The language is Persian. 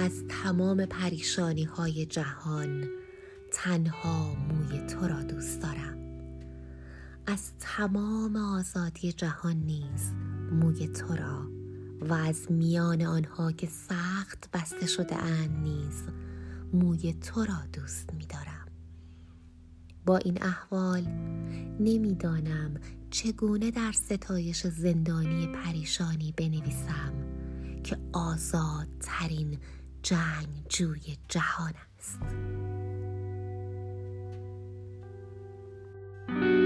از تمام پریشانی های جهان تنها موی تو را دوست دارم. از تمام آزادی جهان نیز موی تو را و از میان آنها که سخت بسته شده اند نیز موی تو را دوست می دارم. با این احوال نمیدانم چگونه در ستایش زندانی پریشانی بنویسم که آزادترین جنگجوی جهان است.